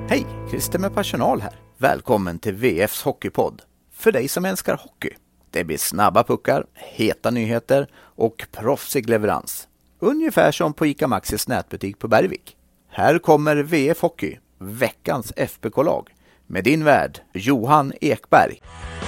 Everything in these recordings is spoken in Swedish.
Hej, Christer med personal här. Välkommen till VFs hockeypodd. För dig som älskar hockey. Det blir snabba puckar, heta nyheter och proffsig leverans. Ungefär som på ICA Maxis nätbutik på Bergvik. Här kommer VF Hockey, veckans FBK-lag. Med din värd, Johan Ekberg.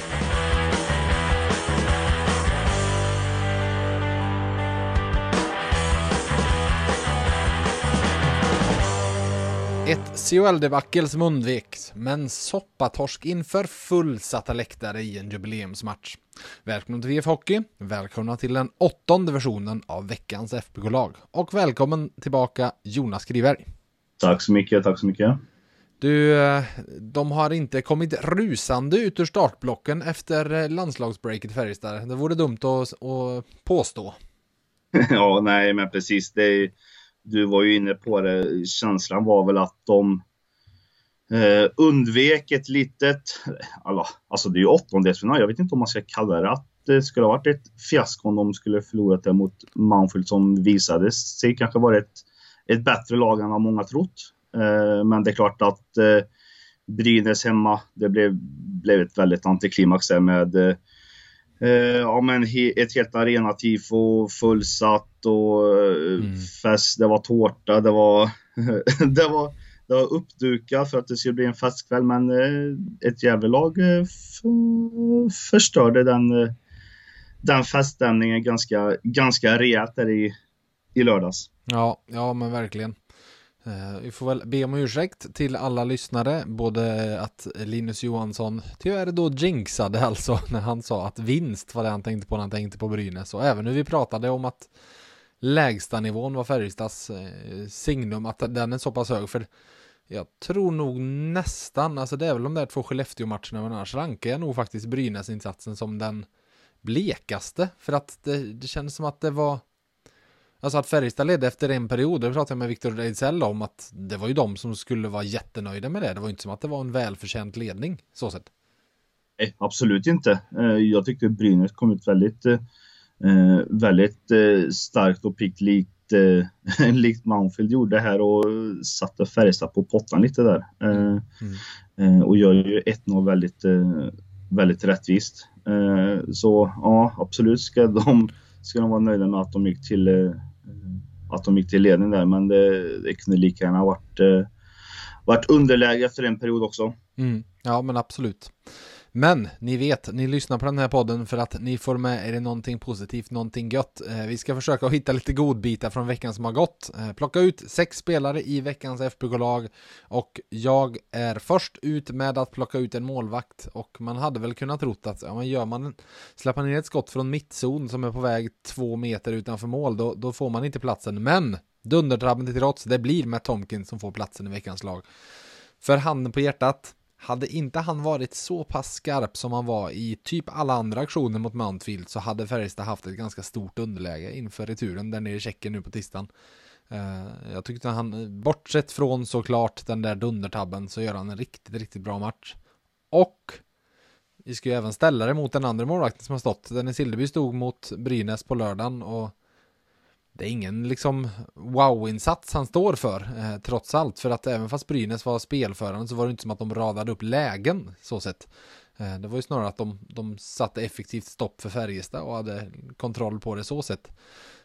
Ett CHL-debacle som undviks, men soppatorsk inför fullsatta läktare i en jubileumsmatch. Välkommen till VF Hockey, välkomna till den 8:e versionen av veckans FBK-lag. Och välkommen tillbaka Jonas Skriberg. Tack så mycket. Du, de har inte kommit rusande ut ur startblocken efter landslagsbreaket i Färjestad. Det vore dumt att påstå. Ja, nej, men precis. Du var ju inne på det. Känslan var väl att de undvek ett litet... Alltså det är ju åttondelsfinal. Jag vet inte om man ska kalla det att det skulle ha varit ett fiasko om de skulle förlorat det mot Mountfield som visade sig kanske vara ett bättre lag än vad många trott. Men det är klart att Brynäs hemma, det blev ett väldigt antiklimax där med ett helt arenatifo fullsatt och fest, det var tårta, det var det var uppdukat för att det skulle bli en festkväll, men ett jävla lag förstörde den feststämningen ganska rejält där i lördags. Ja, men verkligen. Vi får väl be om ursäkt till alla lyssnare, både att Linus Johansson tyvärr då jinxade alltså när han sa att vinst var det han tänkte på när han tänkte på Brynäs, och även när vi pratade om att lägsta nivån var Färjestads signum, att den är så pass hög, för jag tror nog nästan, alltså det är väl de där 2 Skellefteå-matcherna, men annars rankar jag nog faktiskt Brynäs-insatsen som den blekaste, för att det kändes som att det var, alltså att Färjestad ledde efter en period. Det pratade jag med Victor Ejdsell om, att det var ju de som skulle vara jättenöjda med det. Det var inte som att det var en välförtjänt ledning, så sett. Nej, absolut inte. Jag tyckte Brynäs kom ut väldigt starkt och pikt likt Mountfield gjorde här och satte Färjestad på pottan lite där. Och gör ju 1-0 väldigt rättvist. Så ja, absolut ska de vara nöjda med att de gick till ledning där, men det kunde lika gärna varit underläge efter en period också. Ja, men absolut. Men ni vet, ni lyssnar på den här podden för att ni får med er någonting positivt, någonting gött. Vi ska försöka hitta lite godbitar från veckan som har gått. Plocka ut 6 spelare i veckans FBK-lag, och jag är först ut med att plocka ut en målvakt. Och man hade väl kunnat trott att släpper ner ett skott från mittzon som är på väg 2 meter utanför mål, då får man inte platsen. Men dundertrabben till trots, det blir Matt Tomkins som får platsen i veckans lag. För handen på hjärtat, hade inte han varit så pass skarp som han var i typ alla andra aktioner mot Mountfield, så hade Färjestad haft ett ganska stort underläge inför returen där nere i Tjeckien nu på tisdagen. Jag tyckte han, bortsett från såklart den där dundertabben, så gör han en riktigt, riktigt bra match. Och vi ska ju även ställa det mot den andra målvakten som har stått. Dennis Hildeby stod mot Brynäs på lördagen, och det är ingen liksom wow-insats han står för, trots allt. För att även fast Brynäs var spelförande så var det inte som att de radade upp lägen så sett. Det var ju snarare att de satte effektivt stopp för Färjestad och hade kontroll på det så sett.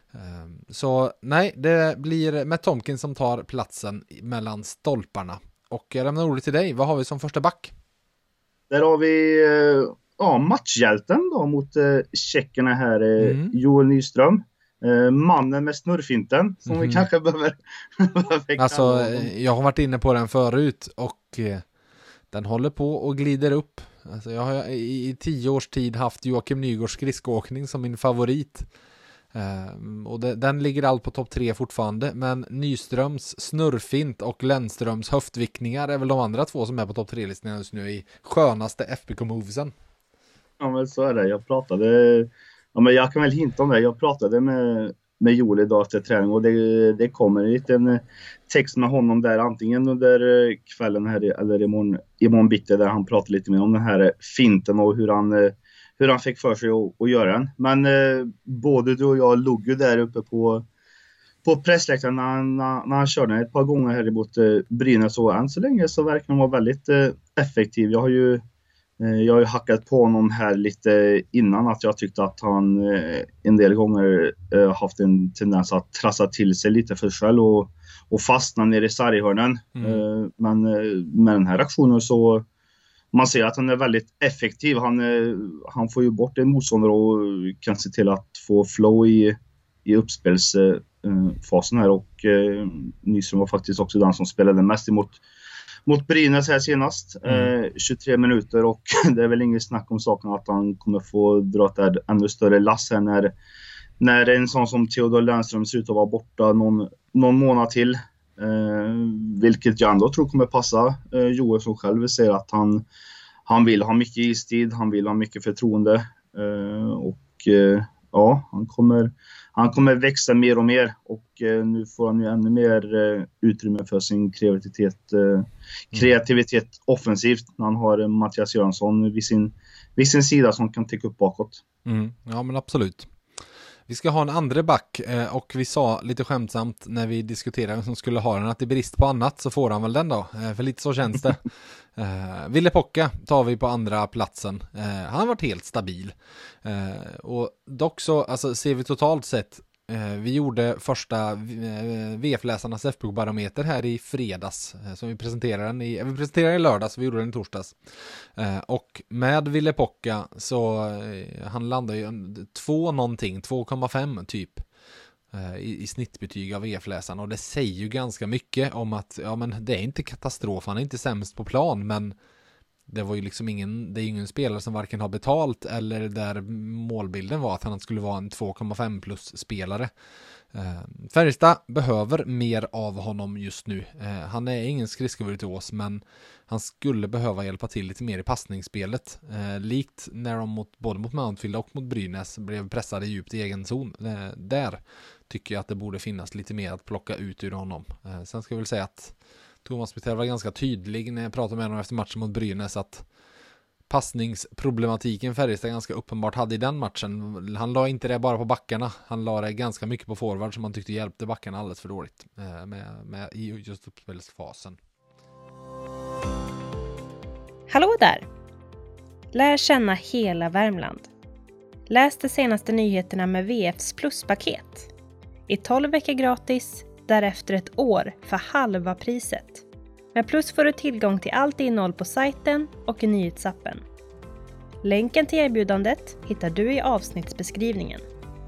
Så nej, det blir Matt Tomkins som tar platsen mellan stolparna. Och jag lämnar ordet till dig. Vad har vi som första back? Där har vi matchhjälten då mot tjeckerna här, Joel Nyström. Mannen med snurrfinten som vi kanske behöver alltså, jag har varit inne på den förut, och den håller på och glider upp. Alltså, jag har i 10 års tid haft Joakim Nygårds skridskoåkning som min favorit, och den ligger allt på topp 3 fortfarande, men Nyströms snurrfint och Lennströms höftvickningar är väl de andra 2 som är på topp 3-listan just nu i skönaste FBK-movesen. Ja, men så är det. Jag kan väl hinta om det. Jag pratade med Joel idag efter träning, och det kommer en liten text med honom där, antingen under kvällen här eller imorgon bitti, där han pratar lite mer om den här finten och hur han fick för sig att göra den. Men både du och jag låg ju där uppe på på pressläktaren när han körde ett par gånger här mot Brynäs, och än så länge så verkar han vara väldigt effektiv. Jag har ju hackat på honom här lite innan, att jag tyckte att han en del gånger haft en tendens att trassa till sig lite för själv och fastna ner i sarghörnen. Men med den här aktionen så man ser att han är väldigt effektiv. Han får ju bort en motståndare och kan se till att få flow i uppspelsfasen här, och Nyström var faktiskt också den som spelade mest mot Brynäs här senast. 23 minuter, och det är väl inget snack om saken att han kommer få dra ett ännu större lass här när en sån som Theodor Lennström ser ut att vara borta någon månad till. Vilket jag ändå tror kommer passa Joel, som själv säger att han vill ha mycket istid, han vill ha mycket förtroende, ja, han kommer växa mer och mer, och nu får han ju ännu mer utrymme för sin kreativitet offensivt när han har Mattias Göransson vid sin sida som kan täcka upp bakåt. Ja, men absolut. Vi ska ha en andra back, och vi sa lite skämtsamt när vi diskuterade vem som skulle ha den, att i brist på annat så får han väl den då, för lite så känns det. Ville Pocka tar vi på andra platsen. Han har varit helt stabil. Och dock så, alltså, ser vi totalt sett, vi gjorde första VF-läsarnas FBK-barometer här i fredags, som vi presenterade i lördags, vi gjorde den i torsdags. Och med Ville Pocka så han landade ju 2,5 typ i snittbetyg av VF-läsarna, och det säger ju ganska mycket om att ja, men det är inte katastrof, han är inte sämst på plan, men det var ju liksom det är ingen spelare som varken har betalt eller där målbilden var att han skulle vara en 2,5 plus spelare. Färjestad behöver mer av honom just nu. Han är ingen skridskovirtuos, men han skulle behöva hjälpa till lite mer i passningsspelet. Likt när de både mot Mountfield och mot Brynäs blev pressade djupt i egen zon. Där tycker jag att det borde finnas lite mer att plocka ut ur honom. Sen ska jag väl säga att Thomas Peter var ganska tydlig när jag pratade med honom efter matchen mot Brynäs, att passningsproblematiken Färjestad ganska uppenbart hade i den matchen. Han la inte det bara på backarna, han la det ganska mycket på forward som han tyckte hjälpte backarna alldeles för dåligt med i just uppspelsfasen. Hallå där! Lär känna hela Värmland. Läs de senaste nyheterna med VFs pluspaket. I 12 veckor gratis, därefter ett år för halva priset. Med plus får du tillgång till allt innehåll på sajten och i nyhetsappen. Länken till erbjudandet hittar du i avsnittsbeskrivningen.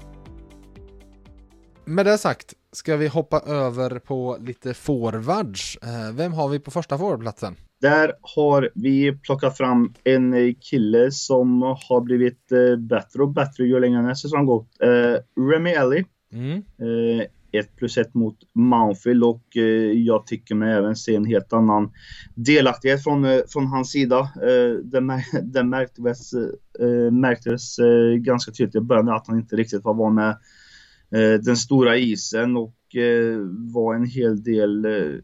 Med det sagt ska vi hoppa över på lite forwards. Vem har vi på första forwardplatsen? Där har vi plockat fram en kille som har blivit bättre och bättre ju längre nästa säsong gått. Remi Elie. 1+1 mot Mountfield, och jag tycker mig även se en helt annan delaktighet från hans sida. Det märktes ganska tydligt i början att han inte riktigt var van med den stora isen, och var en hel del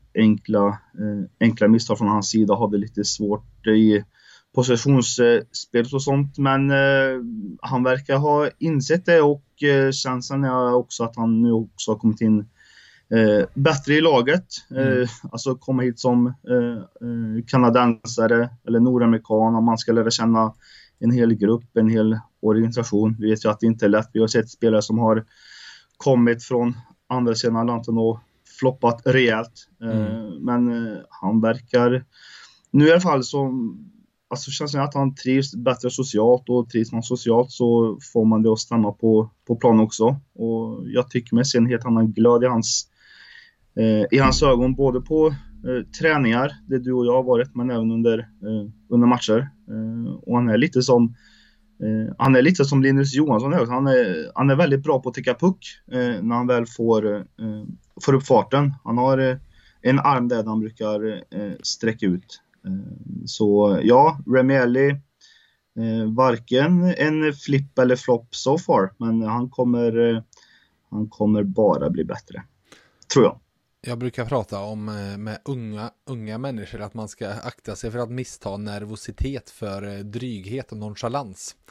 enkla misstag från hans sida. Hade lite svårt i positionsspelet och sånt, men han verkar ha insett det, och känslan är också att han nu också har kommit in bättre i laget. Alltså komma hit som kanadensare eller nordamerikan, om man ska lära känna en hel grupp, en hel organisation. Vi vet ju att det inte är lätt. Vi har sett spelare som har kommit från andra sidan Atlanten och floppat rejält. Men han verkar nu i alla fall som, alltså känns det att han trivs bättre socialt, och trivs man socialt så får man det att stanna på plan också. Och jag tycker mig se en helt annan glöd i hans ögon, både på träningar, det du och jag har varit, men även under matcher. Och han är lite som Linus Johansson. Han är väldigt bra på att täcka puck när han väl får upp farten. Han har en arm där han brukar sträcka ut. Så ja, Remi Elie, varken en flipp eller flopp so far, men han kommer bara bli bättre, tror jag. Jag brukar prata om med unga människor att man ska akta sig för att missta nervositet för dryghet och nonchalans. Det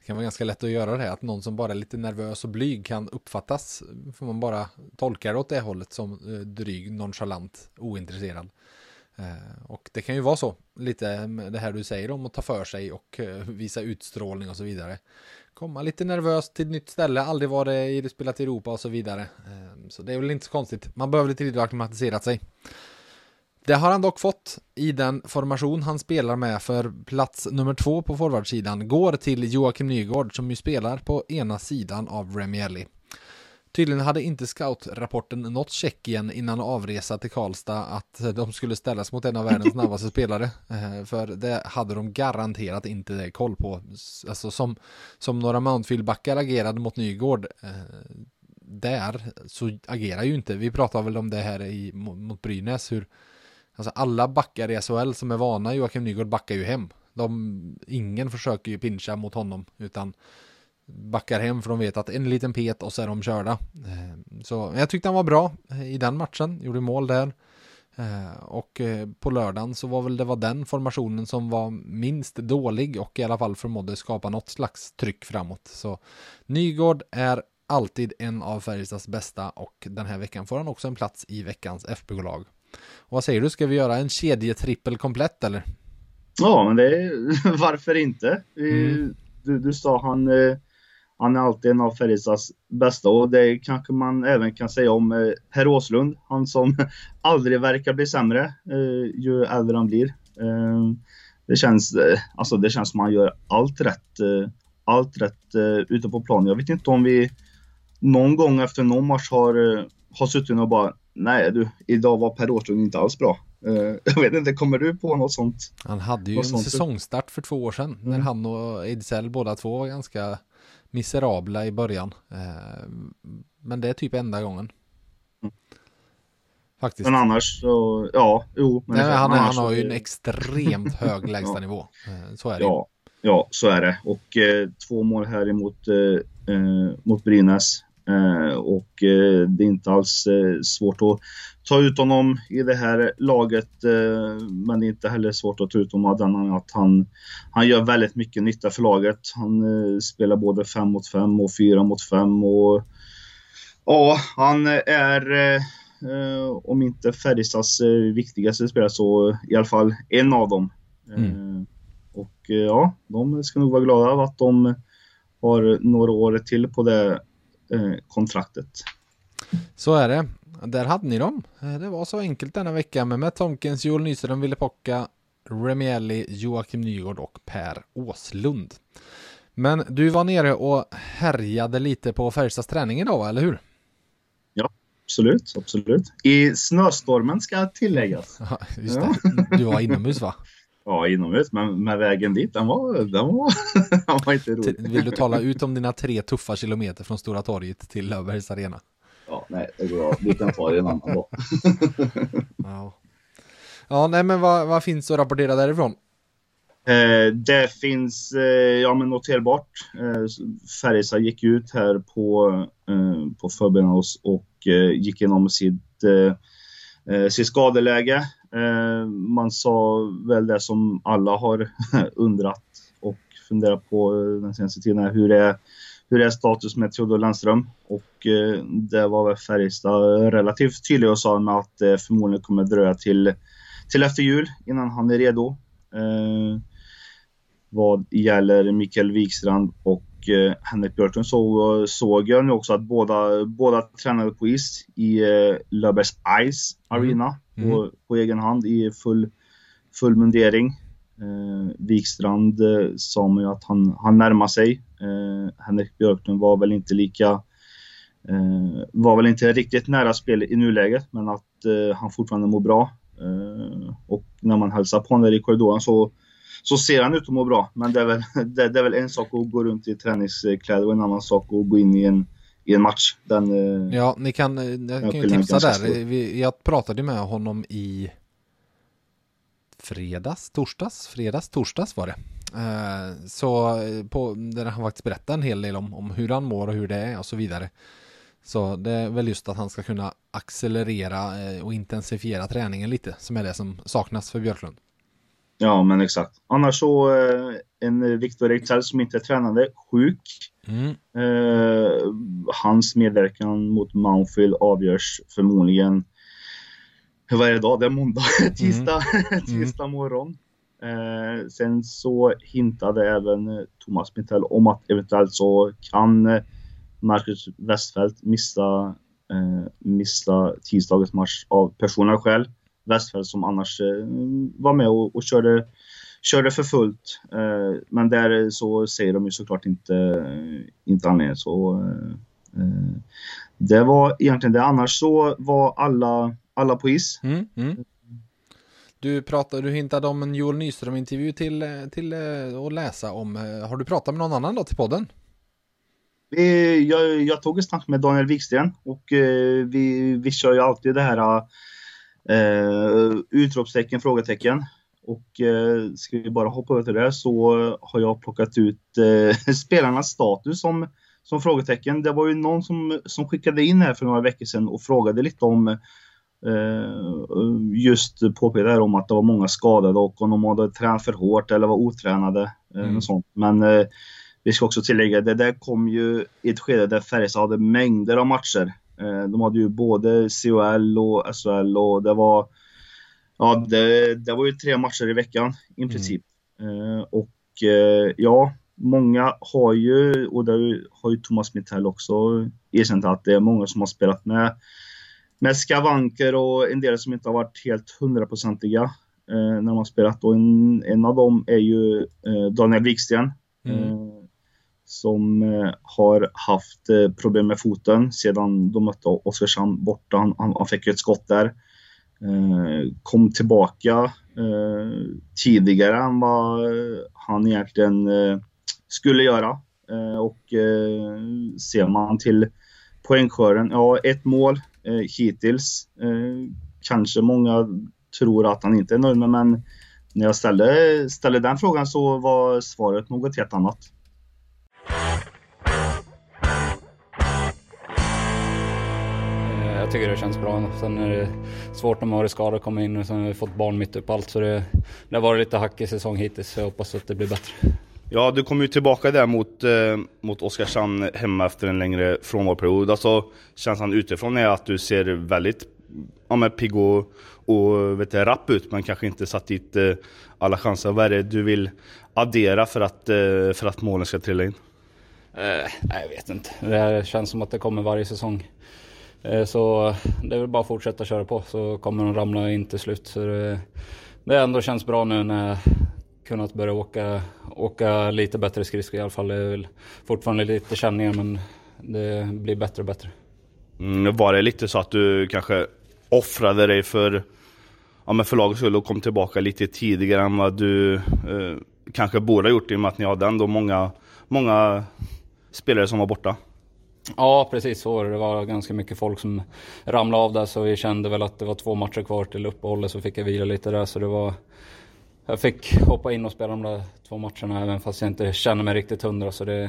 Det kan vara ganska lätt att göra det, att någon som bara är lite nervös och blyg kan uppfattas, för man bara tolkar det åt det hållet som dryg, nonchalant, ointresserad. Och det kan ju vara så, lite det här du säger om att ta för sig och visa utstrålning och så vidare. Komma lite nervös till ett nytt ställe, aldrig varit spelat i Europa och så vidare. Så det är väl inte så konstigt, man behöver lite tid att akklimatisera sig. Det har han dock fått i den formation han spelar med, för plats nummer 2 på forwardsidan går till Joakim Nygård, som ju spelar på ena sidan av Remi Elli. Tydligen hade inte scoutrapporten nått Tjeckien innan avresa till Karlstad att de skulle ställas mot en av världens snabbaste spelare. För det hade de garanterat inte koll på. Alltså som några Mountfield-backar agerade mot Nygård, där så agerar ju inte. Vi pratar väl om det här mot Brynäs, hur alltså alla backar i SHL som är vana Joakim Nygård backar ju hem. Ingen försöker ju pincha mot honom, utan backar hem, för de vet att en liten pet och så är de körda. Så jag tyckte han var bra i den matchen, gjorde mål där. Och på lördagen så var det den formationen som var minst dålig och i alla fall förmådde skapa något slags tryck framåt. Så Nygård är alltid en av Färjestads bästa, och den här veckan får han också en plats i veckans FBK-lag. Och vad säger du, ska vi göra en kedjetrippel komplett eller? Ja, men det är, varför inte? Du sa han är alltid en av Färjestads bästa, och det kanske man även kan säga om Per Åslund, han som aldrig verkar bli sämre ju äldre han blir. Det känns som han gör allt rätt ute på planen. Jag vet inte om vi någon gång efter någon match har suttit och bara, nej du, idag var Per Åslund inte alls bra. Jag vet inte, kommer du på något sånt? Han hade ju en säsongstart för 2 år sedan när han och Ejdsell båda två var ganska miserabla i början. Men det är typ enda gången. Faktiskt. Men annars så, ja, jo. Men nej, han har ju en extremt hög lägsta nivå. Så är det. Ja, så är det. Och 2 mål här mot Brynäs. Och det är inte alls svårt att ta ut honom i det här laget, men det är inte heller svårt att ta ut honom av den att han gör väldigt mycket nytta för laget. Han spelar både 5 mot 5 och 4 mot 5, och ja, han är om inte Färjestads viktigaste spelare så i alla fall en av dem. Och ja, de ska nog vara glada av att de har några år till på det kontraktet. Så är det. Där hade ni dem. Det var så enkelt denna vecka med Matt Tomkins, Joel Nyström, Ville Pocka, Remi Elli, Joakim Nygård och Per Åslund. Men du var nere och härjade lite på Färjestads träning idag, eller hur? Ja, absolut. I snöstormen ska tilläggas. Ja, just det. Du var inomhus, va? Ja, inomhus, men med vägen dit, den var inte rolig. Vill du tala ut om dina 3 tuffa kilometer från Stora torget till Löfbergs Arena? Ja, nej, det går bra. Vi kan ta det en annan dag. Ja, nej, men vad finns att rapportera därifrån? Det finns noterbart. Färjestad gick ut här på förberedan och gick igenom sitt skadeläge. Man sa väl det som alla har undrat och funderat på den senaste tiden, hur är status med Theodor Lennström, och det var väl Färjestad relativt tydlig och sa med att det förmodligen kommer dröja till efter jul innan han är redo. Vad gäller Mikael Wikstrand och Henrik Björklund såg jag nu också att båda tränade på is i Löfbergs Ice Arena på egen hand i full mundering. Wikstrand sa man ju att han närmar sig. Henrik Björklund var väl inte riktigt nära spel i nuläget, men att han fortfarande mår bra. Och när man hälsar på honom där i korridoren så ser han ut att må bra. Men det är väl en sak att gå runt i träningskläder och en annan sak att gå in i en match. Ja, jag kan ju tipsa där. Jag pratade med honom i torsdags var det. Så där han faktiskt berättade en hel del om hur han mår och hur det är och så vidare. Så det är väl just att han ska kunna accelerera och intensifiera träningen lite, som är det som saknas för Björklund. Ja, men exakt. Annars så en Victor Ejdsell som inte är tränande, sjuk. Hans medverkan mot Mountfield avgörs förmodligen, vad är det idag? Det är måndag, tisdag morgon. Sen så hintade även Thomas Mitell om att eventuellt så kan Marcus Westfeldt missa tisdagens match av personliga skäl. Westfeldt som annars var med och körde för fullt. Men där så säger de ju såklart inte anledning. Så det var egentligen det. Annars så var alla på is. Du hintade om en Joel Nyström-intervju till att läsa om. Har du pratat med någon annan då till podden? Jag tog ett snack med Daniel Wiksten och vi kör ju alltid det här utropstecken, frågetecken. Och ska vi bara hoppa över till det, så har jag plockat ut spelarnas status som frågetecken. Det var ju någon som skickade in här för några veckor sedan och frågade lite om just påpekade här om att det var många skadade och om de hade tränat för hårt eller var otränade och sånt. Men vi ska också tillägga, det där kom ju i ett skede där Färjestad hade mängder av matcher. De hade ju både CHL och SHL och det var ju 3 matcher i veckan i princip. Och många har ju, och där har ju Thomas Mitell också erkänt att det är många som har spelat med skavanker och en del som inte har varit helt 100%iga när de har spelat. Och en av dem är ju Daniel Wiksten som har haft problem med foten sedan de mötte Oskarshamn borta. Han fick ett skott där. Kom tillbaka tidigare än vad han egentligen skulle göra. Och ser man till poängskörden, ett mål hittills. Kanske många tror att han inte är nöjd med, men när jag ställde den frågan så var svaret något helt annat. Jag tycker det känns bra. Sen är det svårt när man har skador att komma in och sen har vi fått barn mitt upp allt, så det har varit lite hackig säsong hittills. Jag hoppas att det blir bättre. Ja, du kom ju tillbaka där mot Oskarshamn hemma efter en längre frånvaroperiod. Alltså, känslan utifrån är att du ser väldigt pigg och rapp ut, men kanske inte satt dit alla chanser. Vad är det du vill addera för att målen ska trilla in? Nej, jag vet inte. Det känns som att det kommer varje säsong. Så det är väl bara att fortsätta köra på, så kommer de ramla in till slut. Så det ändå känns bra nu när jag kunnat börja åka lite bättre skridskor i alla fall. Det är väl fortfarande lite känningar, men det blir bättre och bättre. Var det lite så att du kanske offrade dig för lagets skull och kom tillbaka lite tidigare än vad du kanske borde ha gjort, i och med att ni hade ändå många spelare som var borta? Ja, precis så. Det var ganska mycket folk som ramlade av där, så vi kände väl att det var 2 matcher kvar till uppehållet, så fick jag vila lite där. Så jag fick hoppa in och spela de där 2 matcherna, även fast jag inte känner mig riktigt 100. Så det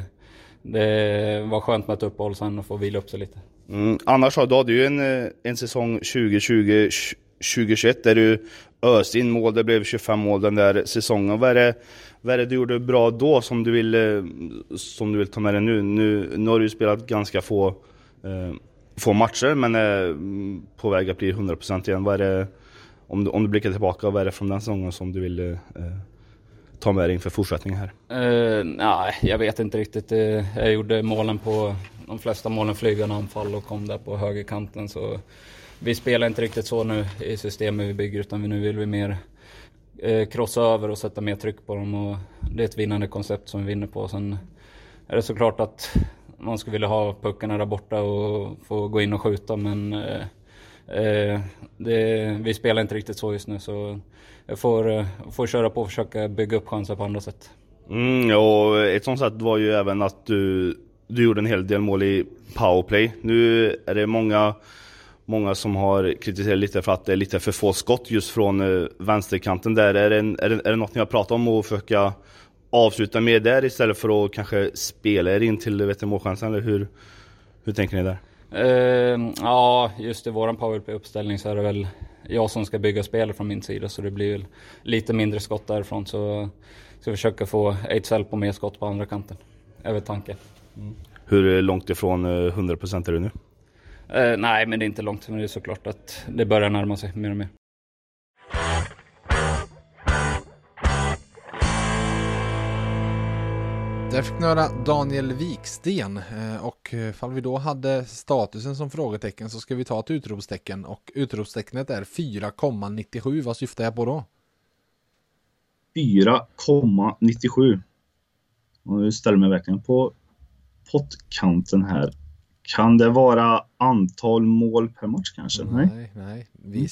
var skönt med ett uppehåll sen och få vila upp sig lite. Annars har du ju en säsong 2020-2021 där du öste in mål. Det blev 25 mål den där säsongen. Vad är det du gjorde bra då som du vill ta med dig nu? Nu har du spelat ganska få matcher, men är på väg att bli 100% igen. Vad är det, om du blickar tillbaka, vad är det från den säsongen som du vill ta med dig inför fortsättningen här? Nej, jag vet inte riktigt. Jag gjorde målen på de flesta målen flygande anfall och kom där på högerkanten, så vi spelar inte riktigt så nu i systemet vi bygger, utan nu vill vi mer krossa över och sätta mer tryck på dem, och det är ett vinnande koncept som vi vinner på. Sen är det såklart att man skulle vilja ha puckarna där borta och få gå in och skjuta, men vi spelar inte riktigt så just nu, så jag får köra på och försöka bygga upp chanser på andra sätt. Och ett sånt sätt var ju även att du gjorde en hel del mål i powerplay. Nu är det många som har kritiserat lite för att det är lite för få skott just från vänsterkanten där. Är det något ni har pratat om att försöka avsluta med där istället för att kanske spela er in till målchansen, eller hur tänker ni där? Ja, just i våran powerplay-uppställning så är det väl jag som ska bygga spel från min sida, så det blir väl lite mindre skott därifrån, så ska vi försöka få Ejdsell på mer skott på andra kanten. Över tanke. Hur långt ifrån 100% är du nu? Nej, men det är inte långt, men det är såklart att det börjar närma sig mer och mer. Där fick några Daniel Wiksten, och fall vi då hade statusen som frågetecken så ska vi ta ett utropstecken, och utropstecknet är 4,97. Vad syftar jag på då? 4,97. Och nu ställer mig verkligen på pottkanten här. Kan det vara antal mål per match kanske? Nej.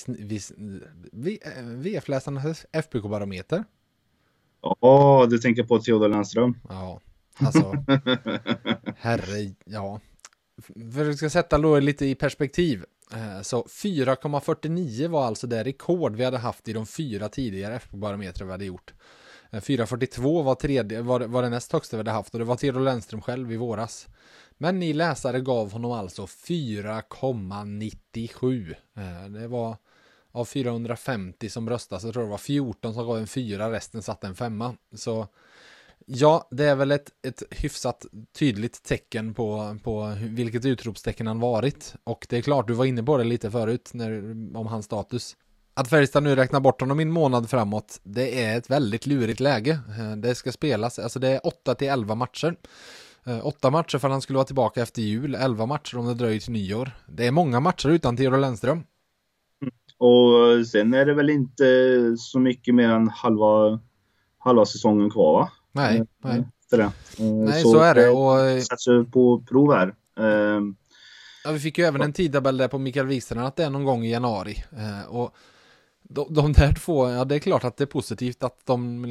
VF-läsarnas FBK-barometer. Ja, du tänker på Theodor Lennström. Ja, alltså. Ja. För att ska sätta då lite i perspektiv. Så 4,49 var alltså det rekord vi hade haft i de 4 tidigare FBK-barometrar vi hade gjort. 4,42 var det näst högsta vi hade haft, och det var Theodor Lennström själv i våras. Men ni läsare gav honom alltså 4,97. Det var av 450 som röstade, så jag tror det var 14 som gav en 4, resten satte en 5. Så ja, det är väl ett hyfsat tydligt tecken på vilket utropstecken han varit. Och det är klart, du var inne på det lite förut om hans status. Att Färjestad nu räknar bort honom en månad framåt, det är ett väldigt lurigt läge. Det ska spelas, alltså det är 8-11 matcher. 8 matcher för han skulle vara tillbaka efter jul, 11 matcher om det dröjer till nyår. Det är många matcher utan Theodor Lennström. Och sen är det väl inte så mycket mer än halva säsongen kvar, va? Nej. Nej, så är det. Och sätts på prov här. Ja, vi fick ju även en tidtabell där på Mikael Wikstrand att det är någon gång i januari. Och de där två, ja, det är klart att det är positivt att de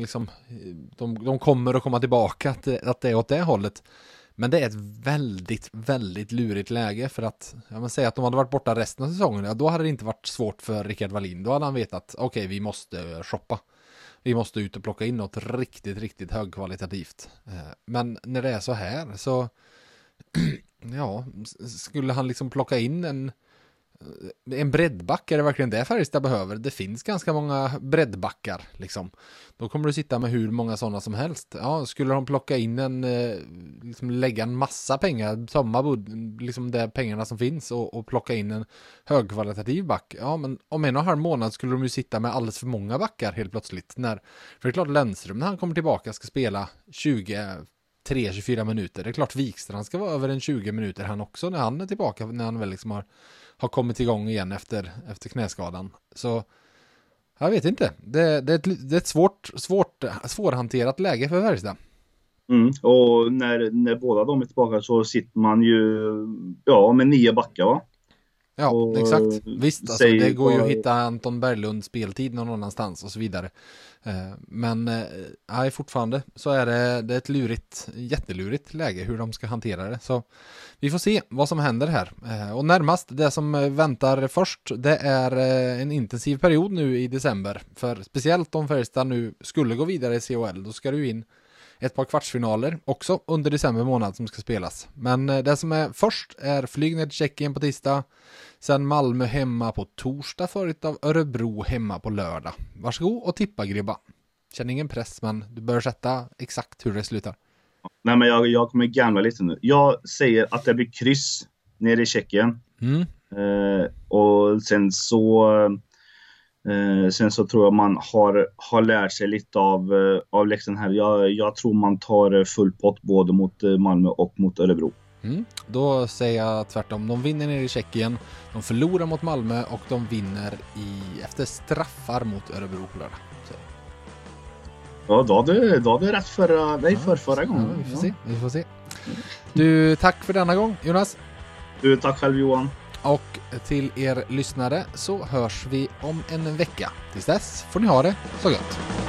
kommer att komma tillbaka, att det är åt det hållet. Men det är ett väldigt, väldigt lurigt läge, för att man säger att de hade varit borta resten av säsongen, ja, då hade det inte varit svårt för Rickard Wallin. Då hade han vetat, okej, vi måste shoppa. Vi måste ut och plocka in något riktigt, riktigt högkvalitativt. Men när det är så här så ja, skulle han liksom plocka in en breddback, är det verkligen det Färjestad behöver? Det finns ganska många breddbackar liksom. Då kommer du sitta med hur många sådana som helst. Ja, skulle de plocka in lägga en massa pengar, liksom de pengarna som finns, och plocka in en högkvalitativ back. Ja, men om 1,5 månad skulle de ju sitta med alldeles för många backar helt plötsligt. För det är klart, Lennström när han kommer tillbaka ska spela 23-24 minuter. Det är klart Wikstrand ska vara över en 20 minuter han också när han är tillbaka, när han väl liksom har kommit igång igen efter knäskadan. Så jag vet inte. Det är ett svårhanterat läge för Färjestad. Och när båda de är tillbaka så sitter man ju med 9 backar, va? Ja, och exakt. Visst, alltså, det går ju att hitta Anton Berglund speltid någon annanstans och så vidare. Men fortfarande så är det ett jättelurigt läge hur de ska hantera det. Så vi får se vad som händer här. Och närmast det som väntar först, det är en intensiv period nu i december. För speciellt om Färjestad nu skulle gå vidare i CHL, då ska du in ett par kvartsfinaler också under december månad som ska spelas. Men det som är först är flyg ner till Tjeckien på tisdag. Sen Malmö hemma på torsdag, följt av Örebro hemma på lördag. Varsågod och tippa, Gribba. Känner ingen press, men du bör sätta exakt hur det slutar. Nej, men jag kommer gamla lite nu. Jag säger att det blir kryss nere i Tjeckien. Och sen så tror jag man har lärt sig lite av läxan här. Jag tror man tar full pott både mot Malmö och mot Örebro. Då säger jag tvärtom. De vinner ner i Tjeckien, de förlorar mot Malmö och de vinner efter straffar mot Örebro på lördag. Så. Ja, då hade rätt förra gången. Ja, vi får se. Du, tack för denna gång, Jonas. Du, tack själv, Johan. Och till er lyssnare så hörs vi om en vecka. Tills dess får ni ha det så gott.